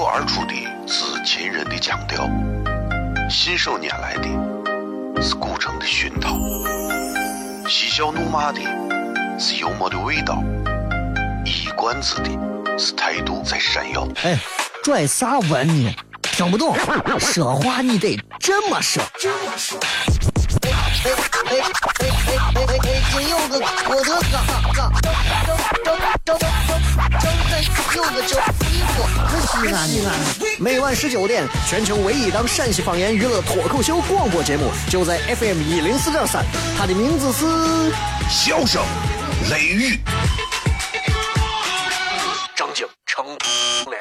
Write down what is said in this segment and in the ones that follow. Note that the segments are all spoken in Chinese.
口而出的是秦人的腔调，信手拈来的是古城的熏陶，嬉笑怒骂的是幽默的味道，一冠子的是态度在闪耀。 哎，拽啥文呢？听不懂，说话你得这么说。 北京有个郭德纲，有个周一国， 西安。每晚19点，全球唯一档陕西方言娱乐脱口秀广播节目，就在 FM 104.3，它的名字是笑声雷雨， 正经成脸。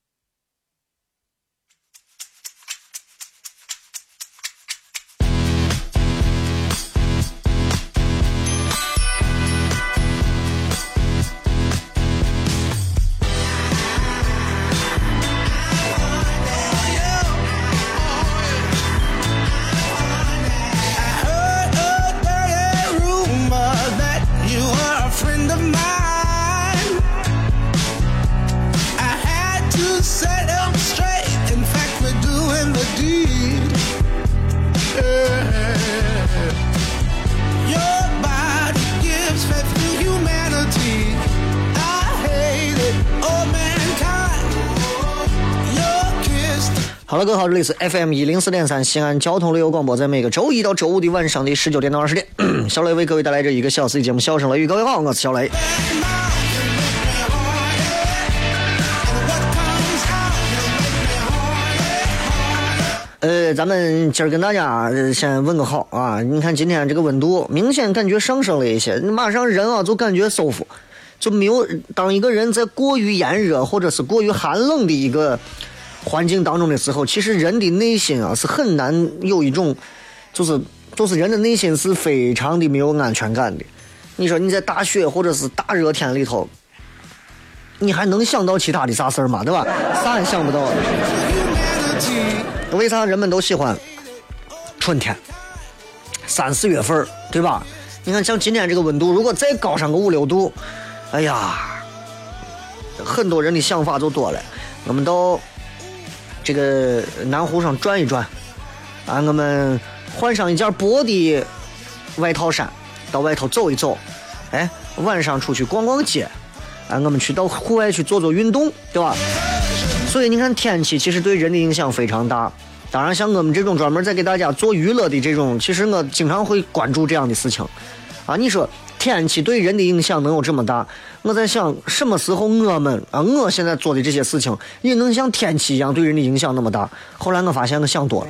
好了，各位好，这里是 FM 104.3西安交通旅游广播，在每个周一到周五的晚上的19点到20点，小雷为各位带来这一个小时的节目，笑声雷雨。各位好，我是小雷。咱们今儿跟大家先问个好啊！你看今天这个温度明显感觉上升了一些，马上人啊就感觉舒服，就没有当一个人在过于炎热或者是过于寒冷的一个环境当中的时候，其实人的内心啊是很难有一种，就是人的内心是非常的没有安全感的。你说你在大雪或者是大热天里头，你还能想到其他的啥事儿吗？对吧？啥也想不到。为啥人们都喜欢春天3、4月份，对吧？你看像今天这个温度，如果再高上个5、6度，哎呀，很多人的想法就多了。我们到这个南湖上转一转啊，我们换上一件薄的外套衫，到外头走一走，哎，晚上出去逛逛街，啊，我们去到户外去做做运动，对吧？所以你看天气其实对人的影响非常大。当然像我们这种专门在给大家做娱乐的这种，其实我经常会关注这样的事情啊。你说天气对人的影响能有这么大，我在想什么时候我现在做的这些事情也能像天气一样对人的影响那么大。后来我发现我想多了，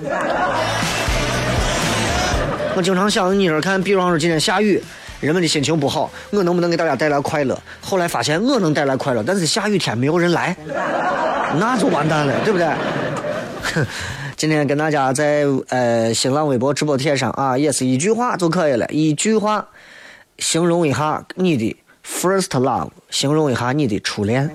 我经常想，你说看，比方说今天下雨，人们的心情不好，我能不能给大家带来快乐？后来发现我能带来快乐，但是下雨天没有人来，那就完蛋了，对不对？今天跟大家在新浪微博直播帖上啊，也是一句话就可以了，一句话形容一下你的 first love， 形容一下你的初恋。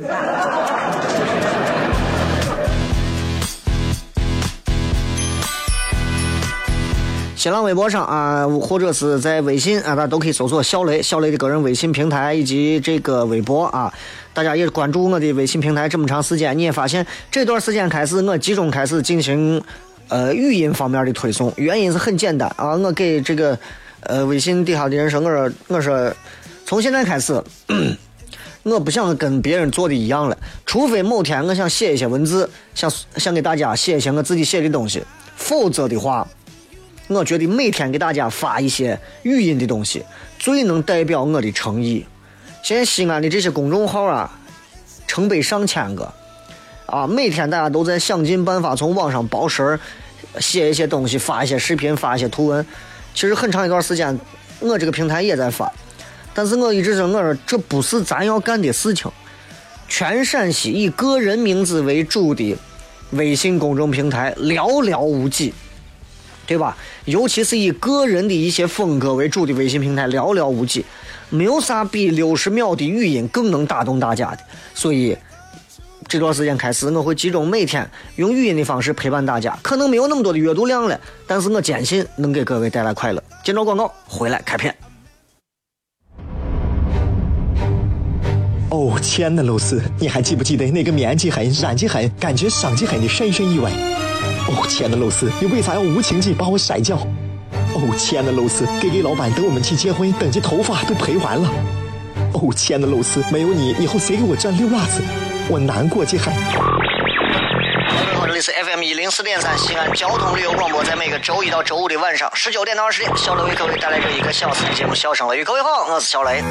新浪微博上啊，或者是在微信啊，大家都可以搜索小雷的个人微信平台以及这个微博啊。大家也关注我的微信平台这么长时间，你也发现这段时间开始我集中开始进行语音方面的推送，原因是很简单啊，我给这个微信底下的人说，我说从现在开始我不想跟别人做的一样了，除非某天我想写一些文字，想给大家写一些我自己写的东西，否则的话我觉得每天给大家发一些语音的东西最能代表我的诚意。现在西安的这些公众号啊，成百上千个啊，每天大家都在想尽办法从网上包神，写一些东西，发一些视频，发一些图文。其实很长一段时间我这个平台也在发，但是我一直说，我说这不是咱要干的事情。全陕西以个人名字为主的微信公众平台寥寥无几，对吧？尤其是以个人的一些风格为主的微信平台寥寥无几，没有啥比60秒的语音更能打动大家的。所以这段时间开始，我会集中每天用语音的方式陪伴大家，可能没有那么多的阅读量了，但是我坚信能给各位带来快乐。接着广告回来开片。 哦哦，亲爱的露丝，你还记不记得那个面积狠、染技狠、感觉伤及狠的深深意外？哦，亲爱的露丝，你为啥要无情地把我甩掉？哦，亲爱的露丝，给老板等我们去结婚，等这头发都赔完了。哦，亲爱的露丝，没有你，以后谁给我赚溜辣子？我难过极狠。 各位好，这里是 FM104.3西安交通旅游广播，在每个周一到周五的晚上19点到20点，小雷为各位带来这1个小时的节目《笑声雷雨》。各位好，我是小雷。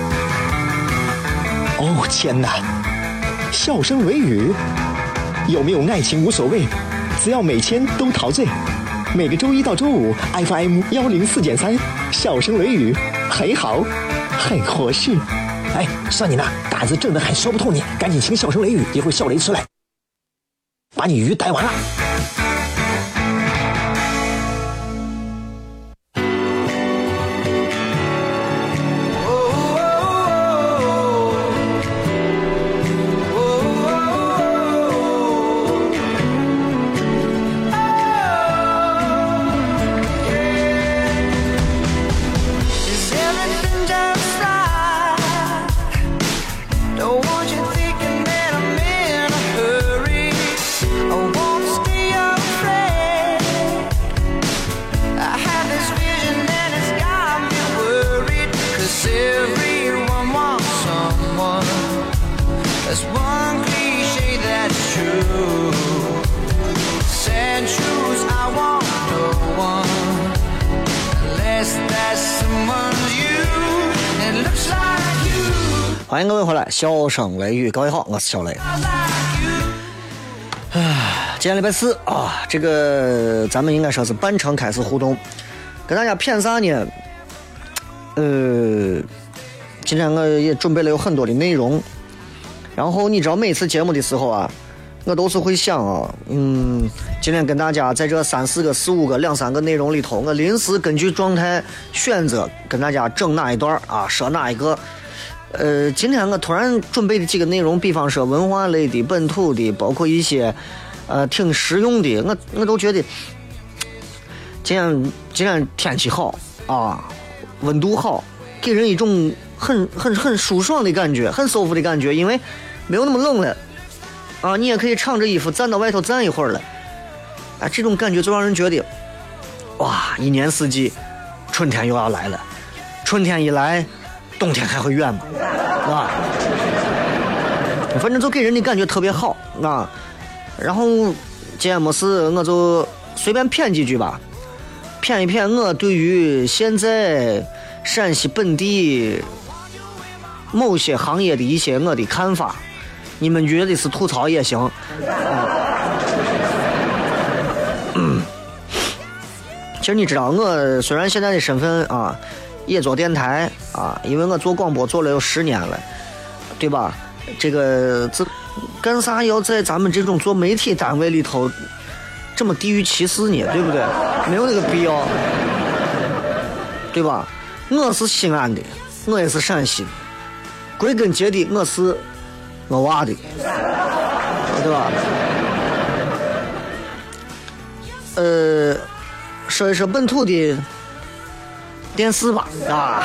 哦，天哪！笑声雷雨，有没有爱情无所谓，只要每天都陶醉。每个周一到周五 FM104.3，笑声雷雨，很好，很合适。哎，算你那胆子正的很，说不透你，赶紧听笑声雷雨，一会儿笑雷出来，把你鱼逮完了。 欢迎各位回来，笑声雷雨，各位好，我是小雷。今天礼拜四啊，这个咱们应该说是半程开始互动，跟大家谝啥呢？今天我也准备了有很多的内容，然后你知道每次节目的时候啊，我都是会想啊，今天跟大家在这3、4个、4、5个、2、3个内容里头，我临时根据状态选择跟大家整哪一段啊，说哪一个。今天我突然准备的几个内容，比方说文化类的、本土的，包括一些挺实用的，我都觉得今天天气好啊，温度好，给人一种很舒爽的感觉，很舒服的感觉，因为没有那么冷了啊，你也可以敞着衣服站到外头站一会儿了啊，这种感觉就让人觉得哇，一年四季春天又要来了，春天一来冬天还会远吗？啊，反正就给人的感觉特别好啊。然后今天没事，我就随便谝几句吧，谝一谝我对于现在陕西本地某些行业的一些我的看法，你们觉得是吐槽也行。其实你知道，我虽然现在的身份啊。也做电台啊，因为我做广播做了有10年了，对吧？这个干啥要在咱们这种做媒体单位里头这么地域歧视呢？对不对？没有那个必要，对吧？我是西安的，我也是陕西的，归根结底我是我娃的，对吧？说一说本土的电视吧啊，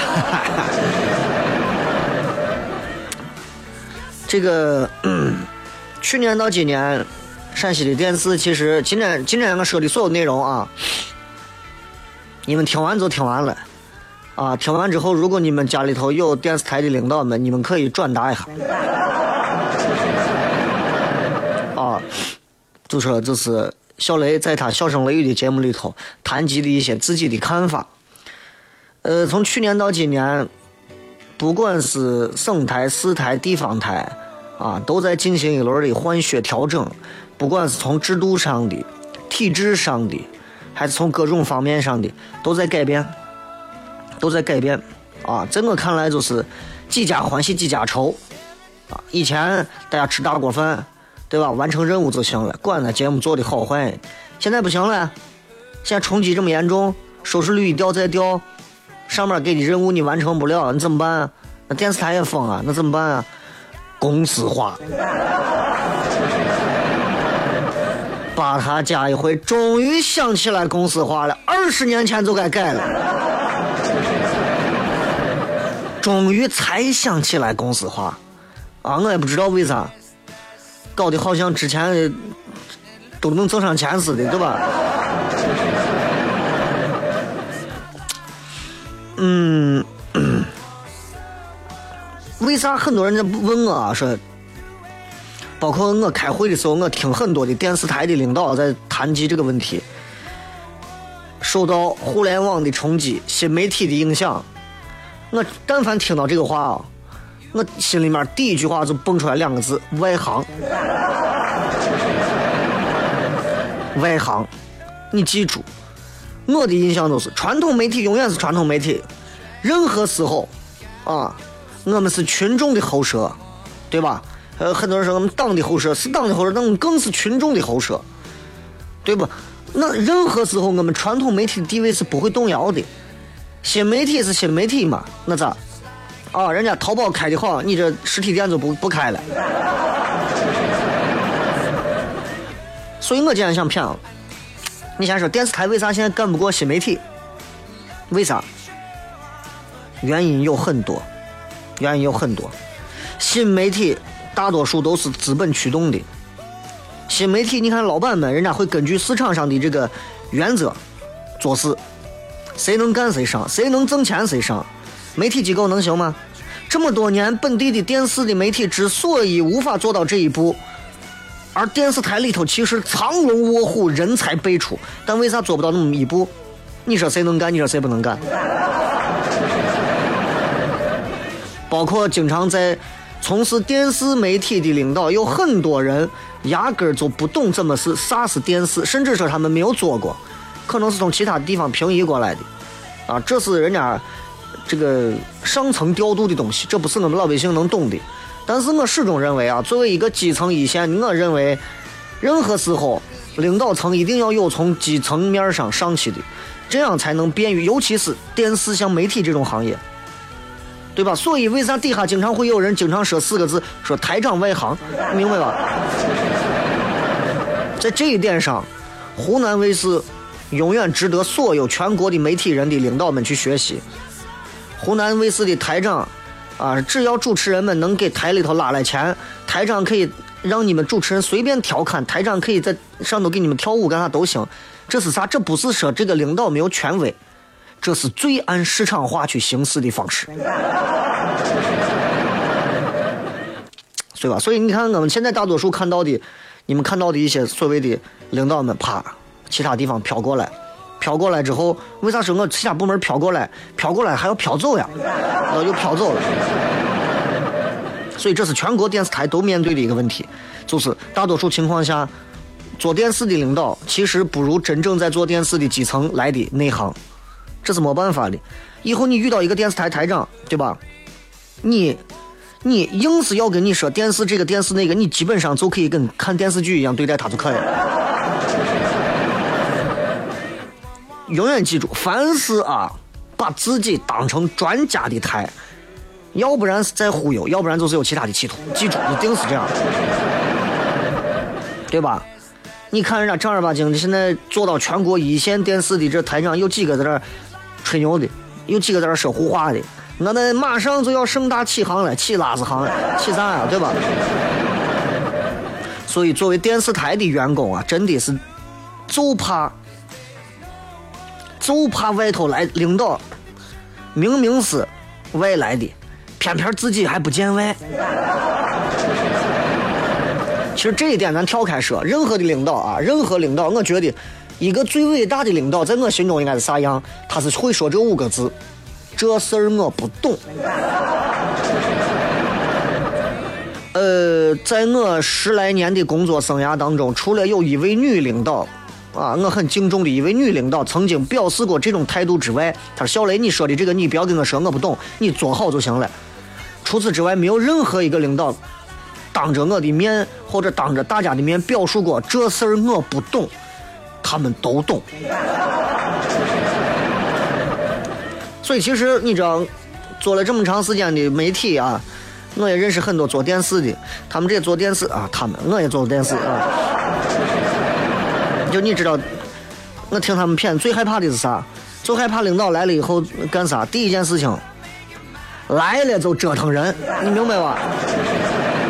这个去年到今年，陕西的电视其实今天我说的所有内容啊，你们听完就听完了啊，听完之后，如果你们家里头有电视台的领导们，你们可以转达一下啊，就说这是小雷在他笑声雷雨的节目里头谈及的一些自己的看法。从去年到今年，不管是省台、市台、地方台啊，都在进行一轮的换血调整，不管是从制度上的、体制上的，还是从各种方面上的，都在改变啊！在我看来，就是几家欢喜几家愁啊！以前大家吃大锅饭，对吧？完成任务就行了，管那节目做的好坏。现在不行了，现在冲击这么严重，收视率一掉再掉。上面给你任务你完成不了，你怎么办啊？那电视台也疯啊，那怎么办啊？公司化，把他加一回，终于想起来公司化了，20年前就该改了，终于才想起来公司化啊，我也不知道为啥，搞得好像之前都能挣上钱似的，对吧？为啥很多人在问我啊？说，包括我开会的时候，我听很多的电视台的领导在谈及这个问题。受到互联网的冲击，新媒体的影响，我但凡听到这个话啊，我心里面第一句话就蹦出来2个字：外行。外行，你记住，我的印象都是传统媒体永远是传统媒体，任何时候啊，我们是群众的喉舌，对吧？很多人说我们党的喉舌是党的喉舌，那我们更是群众的喉舌，对吧？那任何时候我们传统媒体的地位是不会动摇的，新媒体是新媒体嘛，那咋啊？人家淘宝开的好，你这实体店就不开了。所以我今天想骗了，你先说电视台为啥现在干不过新媒体？为啥？原因有很多。新媒体大多数都是资本驱动的。新媒体你看老板们人家会根据市场上的这个原则做事，谁能干谁上，谁能挣钱谁上。媒体机构能行吗？这么多年本地的电视的媒体之所以无法做到这一步，而电视台里头其实藏龙卧虎，人才辈出，但为啥做不到那么一步？你说谁能干，你说谁不能干？包括经常在从事电视媒体的领导，有很多人压根儿就不懂怎么是啥是电视，甚至说他们没有做过，可能是从其他地方平移过来的啊，这是人家这个上层调度的东西，这不是我们老百姓能懂的。但是我始终认为啊，作为一个基层一线，我认为任何时候领导层一定要有从基层面上上去的，这样才能便于，尤其是电视像媒体这种行业，对吧？所以为啥底下经常会有人经常说4个字，说台长外行，明白吧？在这一点上，湖南卫视永远值得所有全国的媒体人的领导们去学习。湖南卫视的台长啊，只要主持人们能给台里头拉来钱，台长可以让你们主持人随便调侃，台长可以在上头给你们跳舞干啥都行。这是啥？这不是说这个领导没有权威，这是最按市场化去行事的方式，对吧？所以你看我们现在大多数看到的，你们看到的一些所谓的领导们，啪，其他地方飘过来之后，为啥说我其他部门飘过来还要飘走呀？又飘走了。所以这是全国电视台都面对的一个问题，就是大多数情况下，做电视的领导其实不如真正在做电视的基层来的内行，这是没办法的。以后你遇到一个电视台台长，对吧？你硬是要跟你说电视这个电视那个，你基本上就可以跟看电视剧一样对待他就可以了。永远记住，凡是啊把自己当成专家的台，要不然是在忽悠，要不然就是有其他的企图，记住一定是这样，对吧？你看人家正儿八经的现在做到全国一线电视的这台长，有几个在这吹牛的，有几个在这说胡话的，我们马上就要盛大起航了，起拉子航了，起啥呀，对吧？所以作为电视台的员工啊，真的是就怕外头来领导明明是外来的，偏偏自己还不见外。其实这一点咱跳开说，任何领导，我觉得一个最伟大的领导在我心中应该是啥样？他是会说这5个字：这事儿我不懂。在我10来年的工作生涯当中，除了有一位女领导啊，我很敬重的一位女领导曾经表示过这种态度之外，她说：“小雷，你说的这个你不要跟我说，我不懂，你做好就行了。”除此之外，没有任何一个领导当着我的面或者当着大家的面表述过这事儿我不懂，他们都懂。所以其实你知道，做了这么长时间的媒体啊，我也认识很多做电视的，他们这做电视啊，我也做电视啊。就你知道，我听他们骗，最害怕的是啥？最害怕领导来了以后干啥？第一件事情，来了就折腾人，你明白吧？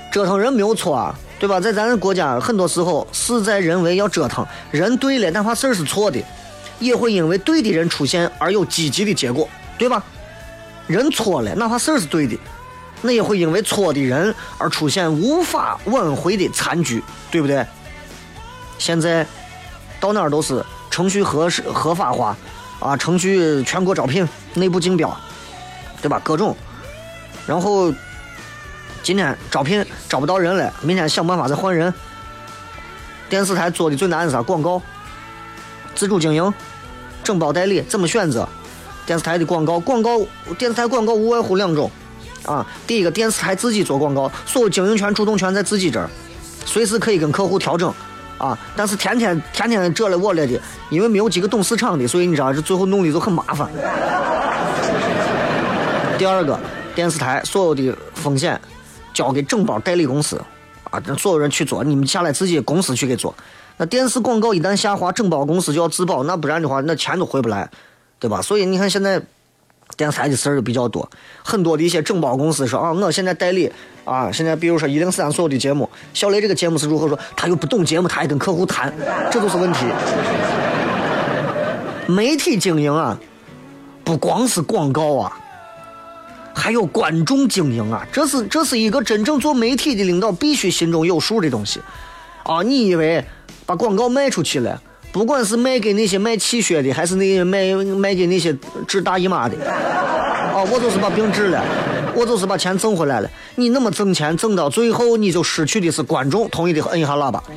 折腾人没有错啊，对吧？在咱国家很多时候事在人为，要折腾人对了，哪怕事儿是错的，也会因为对的人出现而有积极的结果，对吧？人错了，哪怕事儿是对的，那也会因为错的人而出现无法挽回的残局，对不对？现在到哪儿都是程序合法化啊，程序全国招聘，内部竞标，对吧？各种，然后今天招聘找不到人了，明天想办法再换人。电视台做的最难的是啥？广告，自主经营，承包代理怎么选择？电视台的广告，电视台广告无外乎两种啊。第一个，电视台自己做广告，所有经营权、主动权在自己这儿，随时可以跟客户调整啊。但是天天这了我了的，因为没有几个懂市场的，所以你知道这最后弄的就很麻烦。第二个，电视台所有的风险交给承包代理公司啊，所有人去做，你们下来自己公司去给做。那电视广告一旦下滑，承包公司就要自保，那不然的话，那钱都回不来。对吧？所以你看现在电视台的事儿就比较多，很多的一些承包公司说啊，我现在代理啊，现在比如说104所有的节目，小雷这个节目是如何说，他又不懂节目，他还跟客户谈，这都是问题。媒体经营啊，不光是广告啊，还有观众经营啊，这是一个真正做媒体的领导必须心中有数的东西啊！你以为把广告卖出去了？不管是卖给那些卖气血的，还是那些卖给那些治大姨妈的，我就是把病治了，我就是把钱挣回来了。你那么挣钱挣到最后，你就失去的是观众。同意的摁一下喇叭。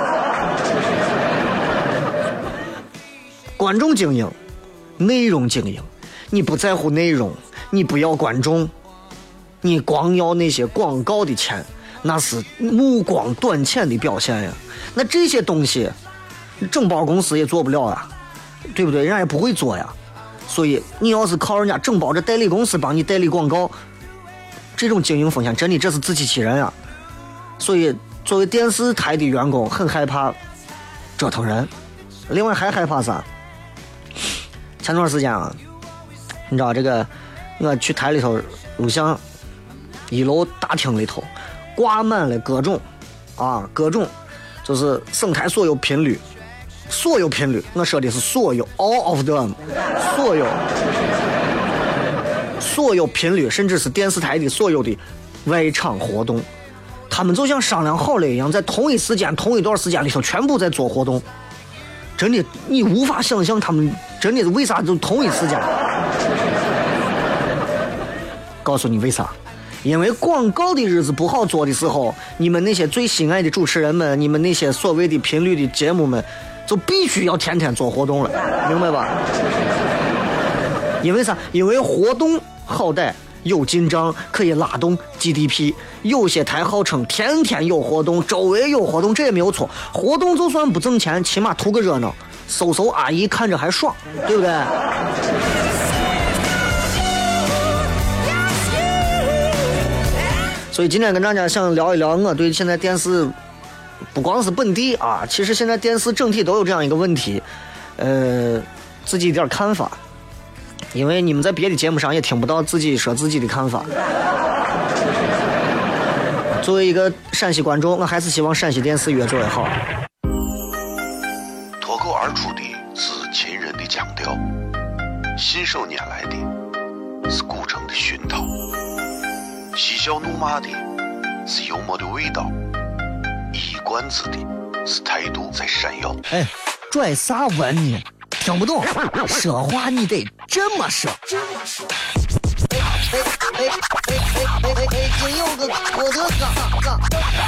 观众经营，内容经营，你不在乎内容，你不要观众，你光要那些广告的钱，那是目光短浅的表现呀。那这些东西承包公司也做不了啊，对不对？人家也不会做呀。所以你要是靠人家承包着代理公司帮你代理广告，这种经营风险真的这是自欺欺人啊。所以作为电视台的员工很害怕折腾人，另外还害怕啥？前段时间啊，你知道这个我去台里头录像，1楼大厅里头挂满了各种就是省台所有频率，我说的是所有 all of them， 所有频率，甚至是电视台的所有的外场活动，他们就像商量好了一样，在同一时间同一段时间里头全部在做活动。真的你无法想象他们真的为啥就同一时间。告诉你为啥，因为广告的日子不好做的时候，你们那些最心爱的主持人们，你们那些所谓的频率的节目们就必须要天天做活动了，明白吧？因为啥？因为活动好歹有进账，可以拉动 GDP。有些台号称天天有活动，周围有活动，这也没有错。活动就算不挣钱，起码图个热闹，搜阿姨看着还爽，对不对？所以今天跟大家想聊一聊我对现在电视不光是本地啊，其实现在电视整体都有这样一个问题，自己一点看法，因为你们在别的节目上也听不到自己说自己的看法。作为一个陕西观众，我还是希望陕西电视越做越好。 脱口而出的是秦人的腔调，信手拈来的是古城的熏陶，嬉笑怒骂的是幽默的味道，一冠子的是态度在闪耀。 哎，拽啥文呢？听不懂，说话你得这么说。 北京有个郭德纲，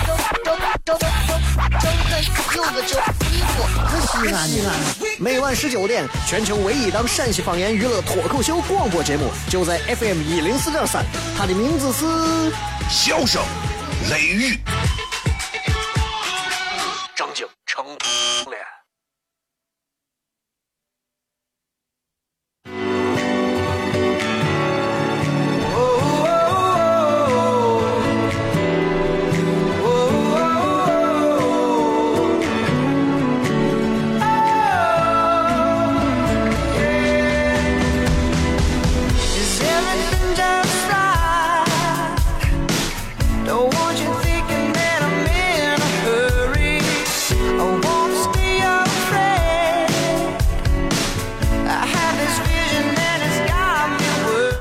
有个叫一国， 西安。 每晚19点，全球唯一档陕西方言娱乐脱口秀广播节目，就在 FM 104.3，它的名字是笑声雷雨， 正经成脸。 Don't want you thinking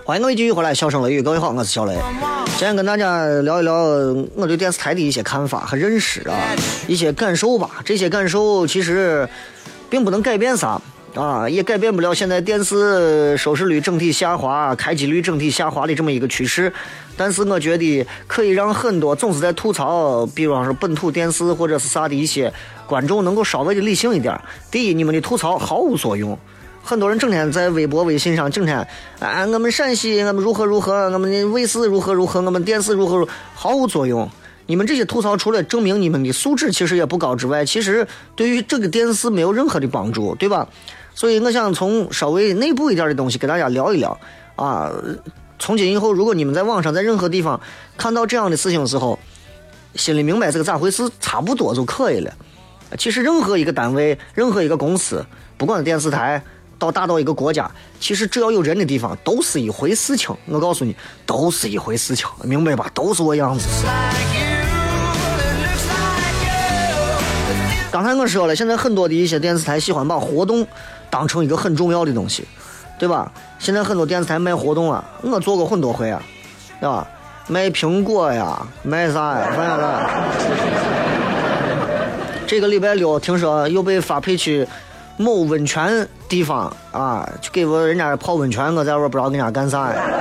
欢迎各位继续回来，笑声雷雨，各位好，我是小雷。今天跟大家聊一聊我对电视台的一些看法和认识啊，一些感受吧。这些感受其实并不能改变啥啊，也改变不了现在电视收视率整体下滑、开机率整体下滑的这么一个趋势。但是我觉得可以让很多总是在吐槽，比方说本土电视或者是啥的一些观众能够稍微的理性一点。第一，你们的吐槽毫无作用。很多人整天在微博、微信上整天啊，我们陕西我们如何如何，我们的卫视如何如何，我们电视如何如何，毫无作用。你们这些吐槽除了证明你们的素质其实也不高之外，其实对于这个电视没有任何的帮助，对吧？所以我想从稍微内部一点的东西给大家聊一聊啊。从今以后，如果你们在网上在任何地方看到这样的事情的时候，心里明白这个咋回事，差不多就可以了。其实任何一个单位、任何一个公司，不管是电视台到大到一个国家，其实只要有人的地方都是一回事情。我告诉你，都是一回事情，明白吧？都是我样子。刚才我说了，现在很多的一些电视台喜欢把活动当成一个很重要的东西，对吧？现在很多电视台卖活动啊，我做过很多回啊，对吧？卖苹果呀，卖啥呀？反正这个礼拜六听说又被发配去某温泉地方啊，就给我人家泡温泉，我在这不知道跟人家干啥呀。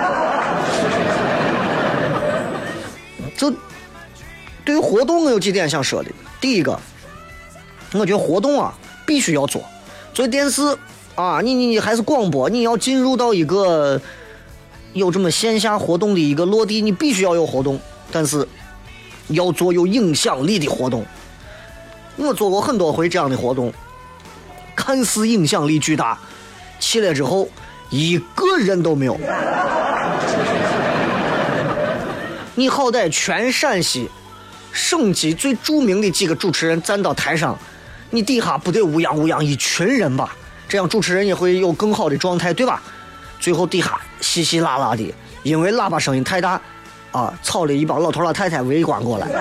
就对于活动，我有几点想说的。第一个，我觉得活动啊必须要做，所以电视啊，你还是广播，你要进入到一个有这么线下活动的一个落地，你必须要有活动，但是要做有影响力的活动。我做过很多回这样的活动，看似影响力巨大，去了之后一个人都没有。你好歹全陕西省级最著名的几个主持人站到台上，你底下不得乌泱乌泱一群人吧，这样主持人也会有更好的状态，对吧？最后底下稀稀拉拉的，因为喇叭声音太大啊，吵了一帮老头老太太围观过来。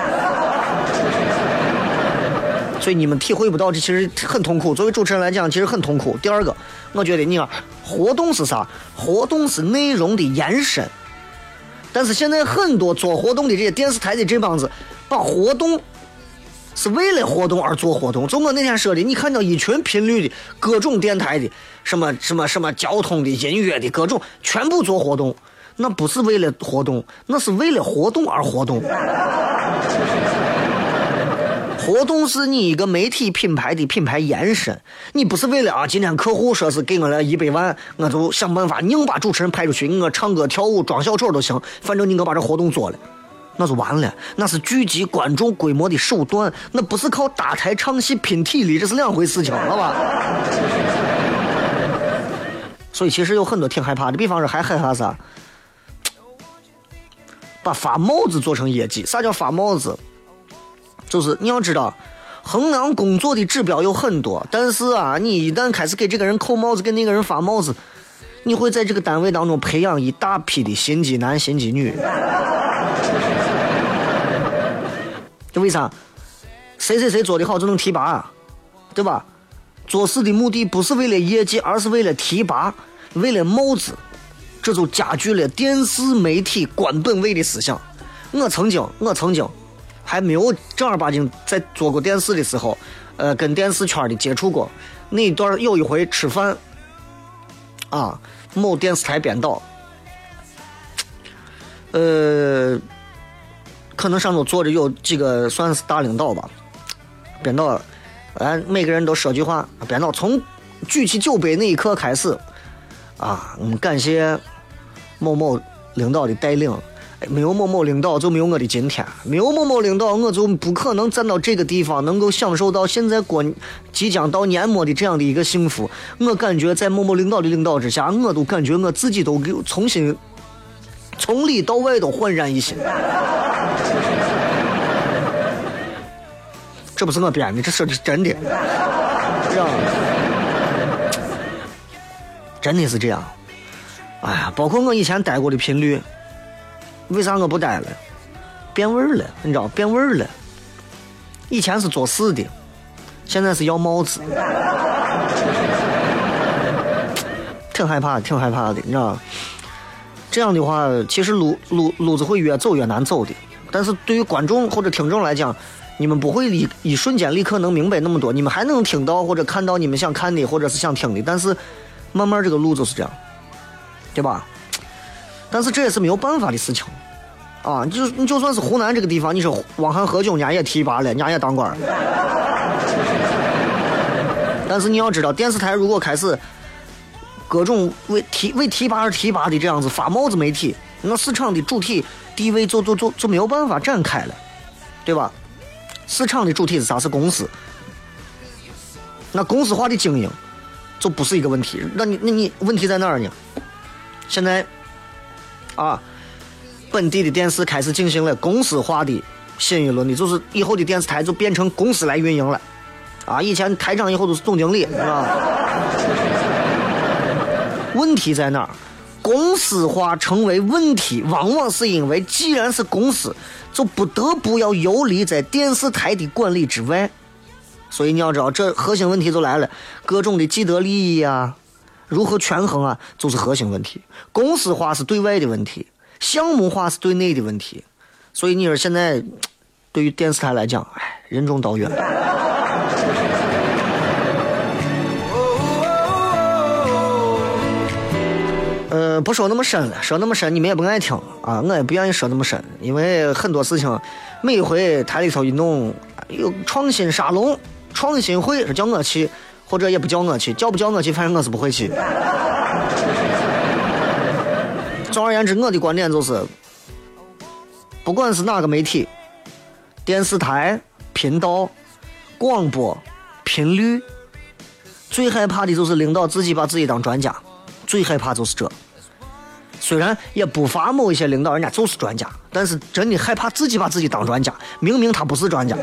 所以你们体会不到，这其实很痛苦。作为主持人来讲，其实很痛苦。第二个，我觉得你看，活动是啥？活动是内容的延伸。但是现在很多做活动的这些电视台的这帮子，把活动是为了活动而做活动。就我那天说的，你看到一群频率的各种电台的什么交通的、音乐的各种，全部做活动，那不是为了活动，那是为了活动而活动。活动是你一个媒体品牌的品牌延伸，你不是为了今天客户说是给我了100万，我就想办法硬把主持人派出去，我唱歌跳舞装小丑都行，反正你给我把这活动做了，那就完了。那是聚集观众规模的手段，那不是靠搭台唱戏拼体力，这是两回事情，好吧？所以其实有很多挺害怕的，比方说还害怕啥？把发帽子做成业绩。啥叫发帽子？就是你要知道，衡量工作的指标有很多，但是啊，你一旦开始给这个人扣帽子，给那个人发帽子，你会在这个单位当中培养一大批的心机男、心机女。这为啥？谁做得好就能提拔，对吧？做事的目的不是为了业绩，而是为了提拔，为了帽子，这就加剧了电视媒体官本位的思想。我曾经还没有正儿八经在做过电视的时候，跟电视圈的接触过。那一段有一回吃饭，啊，某电视台编导，可能上头坐着有几个算是大领导吧，编导，每个人都说句话，编导从举起酒杯那一刻开始，啊，我们感谢某某领导的带领。没有某某领导就没有我的今天，没有某某领导我就不可能站到这个地方，能够享受到现在即将到年末的这样的一个幸福。我感觉在某某领导的领导之下，我都感觉我自己都重新从里到外都焕然一新。这不是我编的，这是真的，是吧？真的是这样。哎呀，包括我以前待过的频率。为啥我不待了？变味了，你知道，变味了。以前是做事的，现在是要帽子，挺害怕的，你知道。 这样的话，其实路子会越走越难走的。但是对于观众或者听众来讲，你们不会一瞬间立刻能明白那么多，你们还能听到或者看到你们想看的或者是想听的，但是慢慢这个路就是这样，对吧？但是这也是没有办法的事情啊！你就算是湖南这个地方，你说汪涵何炅人家也提拔了，人家也当官，但是你要知道，电视台如果开始各种为提拔而提拔的这样子发帽子媒体，那市场的主体地位就没有办法展开了，对吧？市场的主体是啥？是公司。那公司化的经营就不是一个问题。那你问题在哪儿呢？现在啊，本地的电视开始进行了公司化的新一轮的，就是以后的电视台就变成公司来运营了。啊，以前台长以后都是总经理，是吧？问题在哪儿？公司化成为问题，往往是因为既然是公司，就不得不要游离在电视台的管理之外。所以你要知道，这核心问题就来了，各种的既得利益啊，如何权衡啊，就是核心问题。公司化是对外的问题，项目化是对内的问题。所以你说现在对于电视台来讲，任重道远。不说那么深了，说那么深你们也不爱听啊，我也不愿意说那么深，因为很多事情每一回台里头一弄有创新沙龙、创新会是叫我去，或者也不叫我去，叫不叫我去，反正我是不会去。总而言之，我的观点就是，不管是哪个媒体、电视台、频道、广播、频率，最害怕的就是领导自己把自己当专家，最害怕就是这。虽然也不乏某一些领导人家就是专家，但是真的害怕自己把自己当专家，明明他不是专家。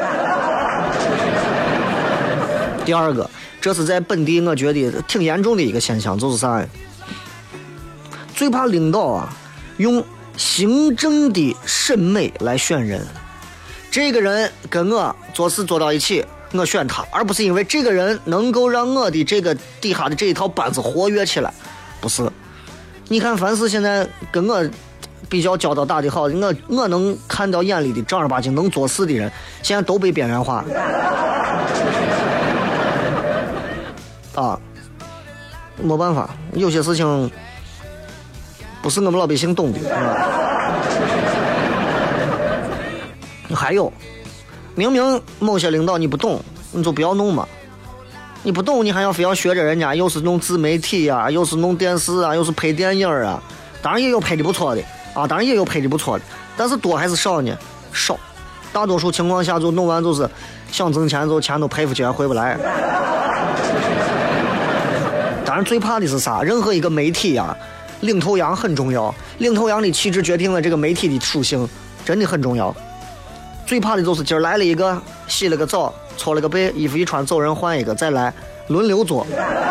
第二个，这是在本地我觉得挺严重的一个现象，就是啥？最怕领导啊用行政的审美来选人，这个人跟我做事做到一起，我选他，而不是因为这个人能够让我的这个底下的这一套班子活跃起来，不是。你看凡是现在跟我比较交道打得好，我能看到眼里的正儿八经能做事的人，现在都被边缘化啊，没办法，有些事情不是我们老百姓懂的还有明明某些领导你不懂，你就不要弄嘛，你不懂你还要非要学着人家，又是弄自媒体啊，又是弄电视啊，又是拍电影啊，当然也有拍的不错的啊，当然也有拍的不错的，但是多还是少呢？少，大多数情况下就弄完就是想挣钱就钱都赔出去还回不来。当然最怕的是啥？任何一个媒体啊，领头羊很重要，领头羊的气质决定了这个媒体的属性，真的很重要。最怕的就是今儿来了一个，洗了个澡，搓了个背，衣服一穿走人换一个，再来轮流做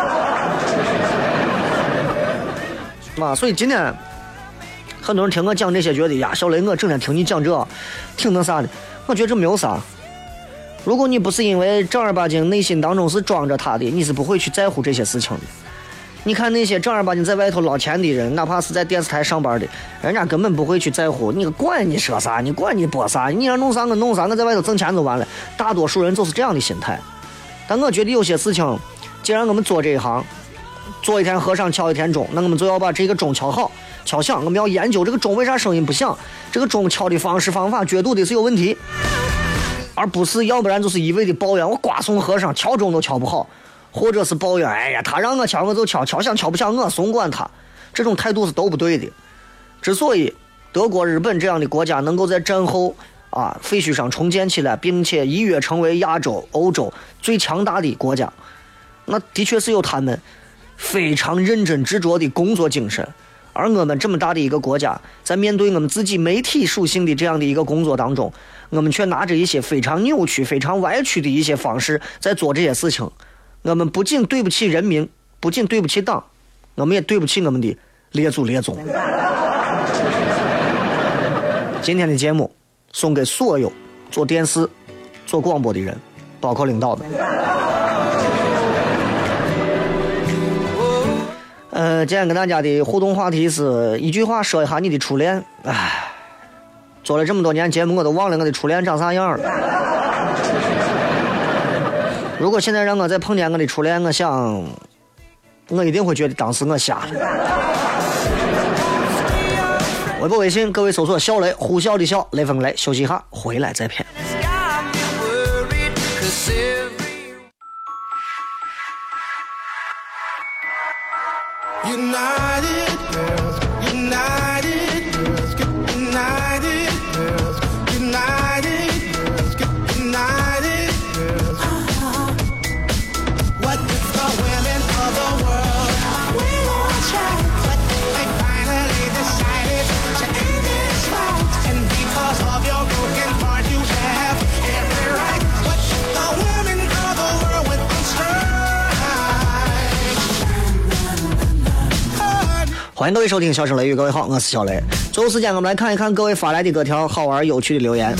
所以今天很多人听我讲这些觉得呀，小雷我整天听你讲这挺那啥的，我觉得这没有啥。如果你不是因为正儿八经内心当中是装着他的，你是不会去在乎这些事情的。你看那些正儿八经在外头捞钱的人，哪怕是在电视台上班的，人家根本不会去在乎你管你说啥，你管你播啥，你要弄啥我弄啥，我在外头挣钱就完了。大多数人就是这样的心态。但我觉得有些事情，既然我们做这一行，做一天和尚敲一天钟，那我们就要把这个钟敲好敲响，我们要研究这个钟为啥声音不响，这个钟敲的方式方法角度的是有问题，而不是要不然就是一味的抱怨我瓜怂和尚敲钟都敲不好，或者是抱怨哎呀他让我敲我就敲，敲响敲不响我怂管他，这种态度是都不对的。之所以德国日本这样的国家能够在战后废墟上重建起来，并且一跃成为亚洲欧洲最强大的国家，那的确是有他们非常认真执着的工作精神。而我们这么大的一个国家，在面对我们自己媒体属性的这样的一个工作当中，我们却拿着一些非常扭曲非常歪曲的一些方式在做这些事情。我们不仅对不起人民，不仅对不起党，我们也对不起我们的列祖列宗。今天的节目送给所有做电视做广播的人，包括领导的。 今天跟大家的互动话题是一句话说一下你的初恋。唉，做了这么多年节目，我都忘了我的初恋长啥样了。如果现在让我再碰见我的初恋，我想我一定会觉得当时我瞎了。微博微信各位搜索小雷，呼啸的笑，雷锋雷，休息一下回来再骗。 United girls, united girls, get united girls, united girls, get united girls. What if the women of the world we all try, but they finally decided to end this fight, and because of your broken heart you have every right. What if the women of the world went on strike? 欢迎各位收听小声雷雨，各位好，我是小雷。最后时间我们来看一看各位发来的各条好玩有趣的留言。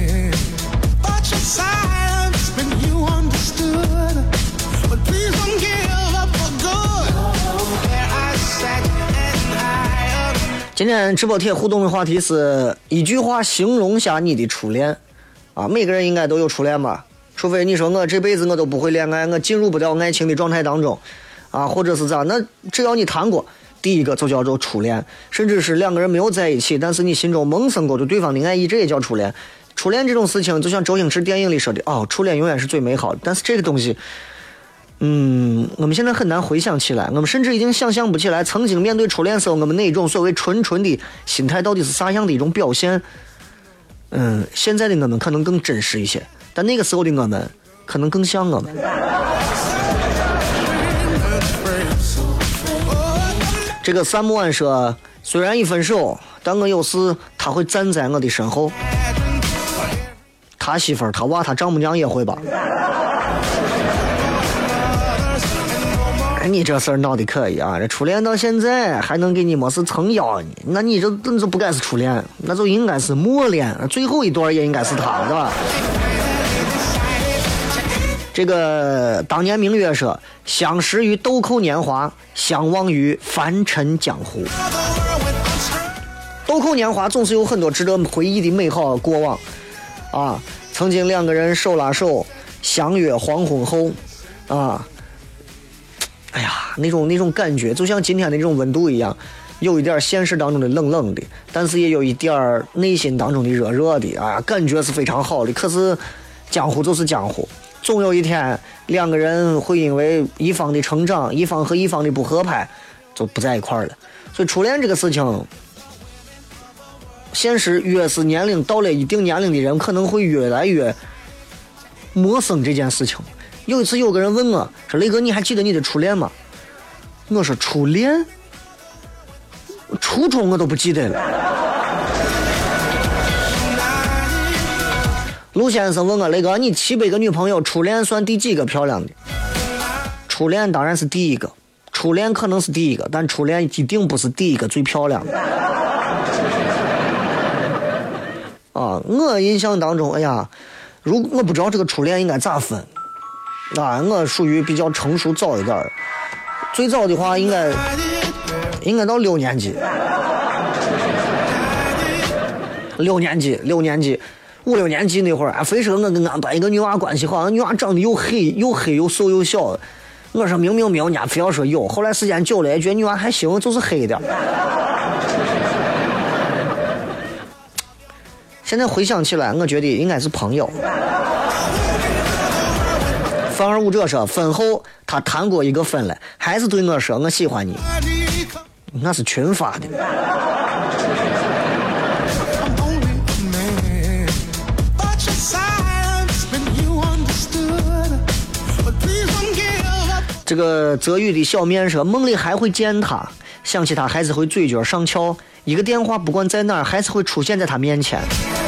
今天直播贴互动的话题是一句话形容下你的初恋啊，每个人应该都有初恋吧，除非你说我这辈子我都不会恋爱，我进入不了爱情的状态当中啊，或者是咋，那只要你谈过第一个就叫做初恋，甚至是两个人没有在一起，但是你心中萌生过对对方的爱意，这也叫初恋。初恋这种事情就像周星驰电影里说的，哦，初恋永远是最美好的，但是这个东西我们现在很难回想起来，我们甚至已经想象不起来曾经面对初恋时候我们那种所谓纯的心态到底是啥样的一种表现。现在的我们可能更真实一些，但那个时候的我们可能更像我们。这个三木安说，虽然已分手，但我有事他会站在我的身后。他媳妇儿他娃他丈母娘也会吧。你这事儿闹得可以啊，这初恋到现在还能给你没事撑腰呢，那你这就不该是初恋，那就应该是末恋，最后一段也应该是他，对吧？这个当年明月说，相识于豆蔻年华，相忘于凡尘江湖。豆蔻年华总是有很多值得回忆的美好过往啊，曾经两个人手拉手相约黄昏后啊，哎呀，那种感觉就像今天的这种温度一样，有一点现实当中的冷冷的，但是也有一点内心当中的热热的啊，感觉是非常好的。可是江湖就是江湖，总有一天两个人会因为一方的成长，一方和一方的不合拍，就不在一块了。所以初恋这个事情，现实越是年龄到了一定年龄的人，可能会越来越陌生这件事情。有一次有个人问我说，雷哥你还记得你的初恋吗？我说初恋，初中我都不记得了。陆先生问我，雷哥你700个女朋友，初恋算第几个漂亮的？初恋当然是第一个，初恋可能是第一个，但初恋一定不是第一个最漂亮的。啊，我印象当中，哎呀，我不知道这个初恋应该咋分啊，我属于比较成熟早一点，最早的话应该到6年级，6年级5、6年级那会儿啊，非说我跟俺班一个女娃关系好，女娃长得又黑又瘦又小，我说明人家非要说有，后来时间久了也觉得女娃还行，就是黑点。现在回想起来，我觉得应该是朋友。反而舞者说，婚后他谈过一个分了，还是对我说我喜欢你，那是群发的。这个泽宇的小面说，梦里还会见他，想起他还是会嘴角上翘，一个电话不管在哪儿还是会出现在他面前。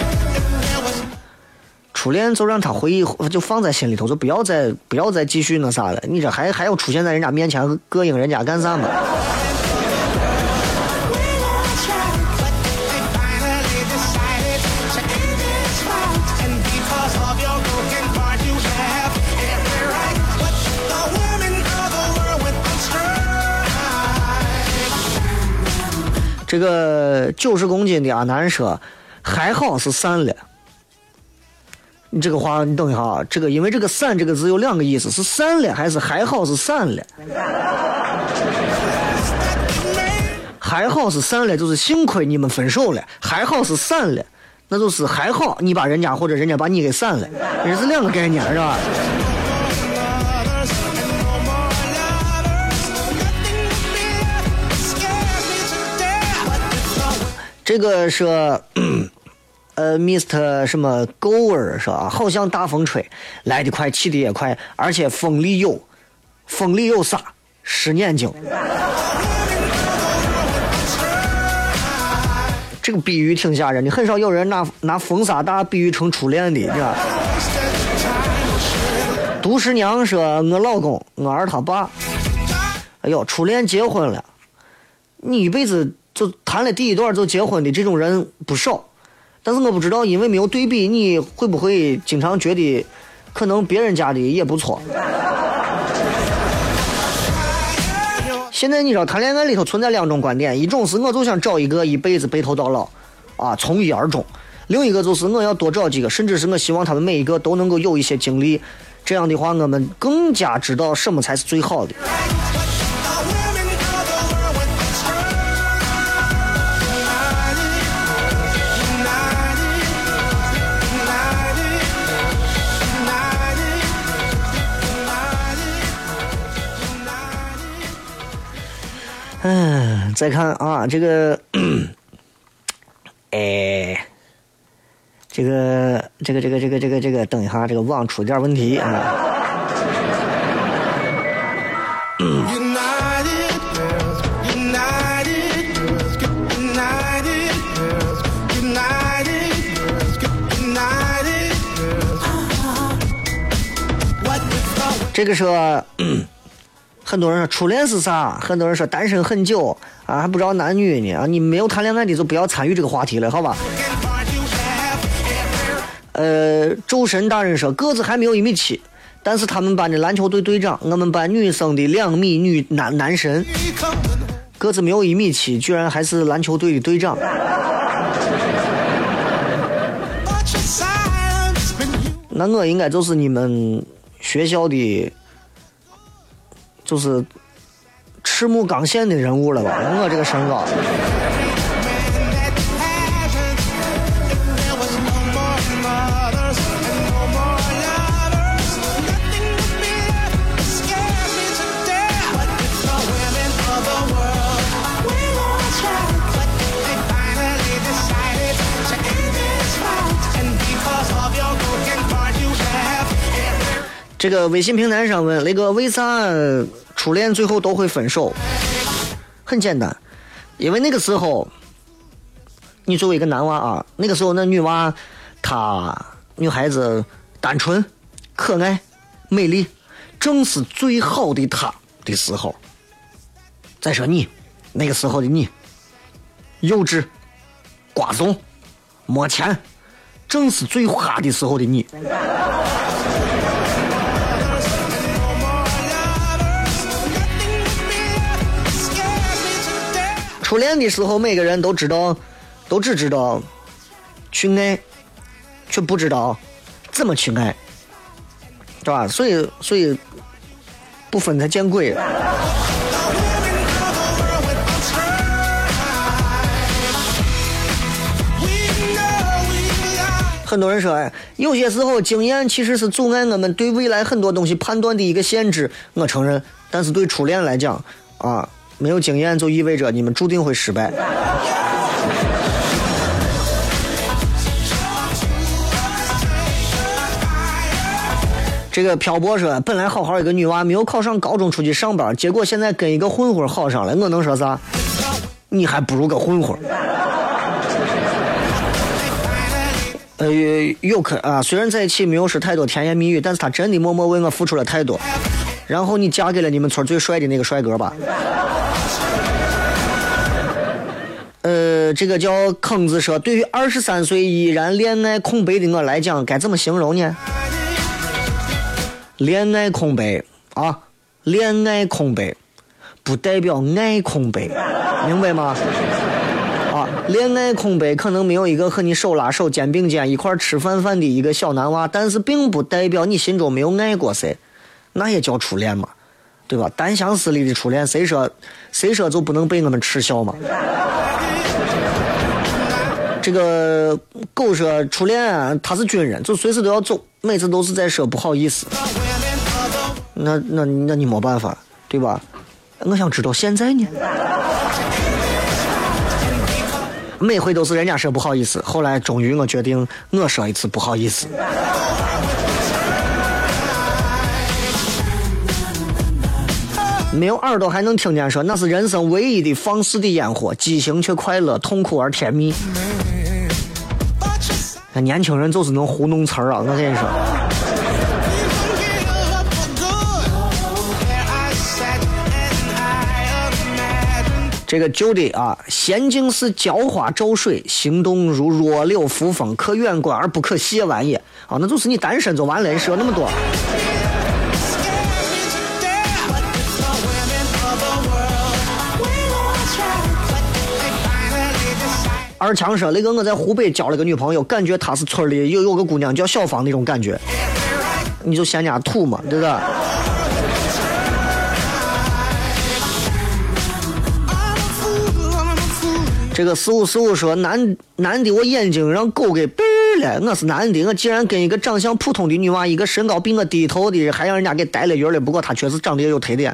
初恋就让他回忆，就放在心里头，就不要再继续那啥了。你这还要出现在人家面前膈应人家干啥嘛？ 这个90公斤的阿南说，还好是散了。你这个话你等一下啊，这个因为这个散这个字有两个意思，是散了还是还好是散了？还好是散了，就是幸亏你们分手了；还好是散了，那就是还好你把人家或者人家把你给散了，这是两个概念，是吧？这个是Mr 什么狗儿是吧？好像大风吹，来得快，去得也快，而且风里有啥？10年经。这个比喻挺吓人的，很少有人拿风沙大比喻成初恋的，是吧？杜十娘说：“我老公，我儿他爸，哎呦，初恋结婚了，你一辈子就谈了第一段就结婚的这种人不少。但是我不知道，因为没有对比，你会不会经常觉得，可能别人家的也不错。”现在你知道谈恋爱里头存在两种观点，一种是我就想找一个一辈子白头到老啊，从一而终；另一个就是我要多找几个，甚至是我希望他们每一个都能够有一些经历，这样的话我们更加知道什么才是最好的。再看啊，这个，这个，等一下，这个网出点问题啊。这个说。很多人说初恋是啥？很多人说单身很久啊，还不知道男女呢啊！你没有谈恋爱的就不要参与这个话题了，好吧？周神大人说个子还没有1.7米，但是他们班的篮球队队长，我们班女生的2米男神，个子没有1.7米，居然还是篮球队的队长。那我应该就是你们学校的。就是赤木刚宪的人物了吧？我这个身高。这个微信平台上问那个为啥初恋最后都会分手？很简单，因为那个时候你作为一个男娃啊，那个时候那女娃女孩子单纯可爱美丽，正是最好的她的时候。再说你那个时候的你幼稚瓜怂没钱，正是最花的时候的你。初恋的时候，每个人都只知道去爱，却不知道怎么去爱，对吧？所以不分才见鬼。很多人说，有些时候经验其实是阻碍我们对未来很多东西判断的一个限制。我承认，但是对初恋来讲啊。没有经验就意味着你们注定会失败。这个漂泊说，本来好好一个女娃没有考上高中出去上班，结果现在跟一个混混好上了，我能说啥？你还不如个混混。有可啊，虽然在一起没有说太多甜言蜜语，但是他真的默默为我付出了太多。然后你嫁给了你们村最帅的那个帅哥吧。这个叫坑子说，对于23岁依然恋爱空白的我来讲，该怎么形容呢？恋爱空白啊，恋爱空白不代表爱空白，明白吗？ 啊，恋爱空杯可能没有一个和你手拉手肩并肩一块吃饭的一个小男娃，但是并不代表你心中没有爱过谁，那也叫初恋嘛，对吧？单相思里的初恋，谁说就不能被我们耻笑嘛？这个狗说初恋他是军人，就随时都要走，每次都是在说不好意思，那你没办法，对吧？我想知道现在呢，每回都是人家说不好意思，后来终于我决定我说一次不好意思。没有耳朵还能听见说那是人生唯一的放肆的烟火，激情却快乐，痛苦而甜蜜。年轻人就是能糊弄词儿啊，我跟你说。这个Jody啊，娴静似浇花照水，行动如弱柳扶风，可远观而不可亵玩也。啊，那就是你单身就完了，你说那么多。二强说那个我在湖北交了个女朋友，感觉她是村里有个姑娘叫小芳那种感觉，你就嫌人家土嘛，对不对？这个4545说男的我眼睛让狗给背了，我是男的，我既然跟一个长相普通的女娃，一个身高比我低头的，还让人家给带了鱼了，不过她确实长得也有特点。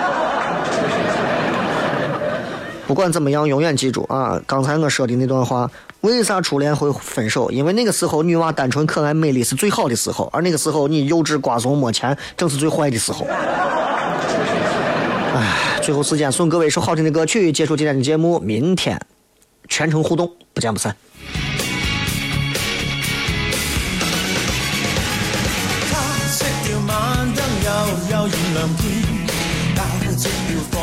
不管怎么样，永远记住啊！刚才我说的那段话，为啥初恋会分手？因为那个时候女娃单纯可爱美丽是最好的时候，而那个时候你幼稚瓜怂没钱，正是最坏的时候。唉，最后时间送各位一首好听的歌曲，结束今天的节目，明天全程互动，不见不散。他色調晚燈悠悠然亮天，帶着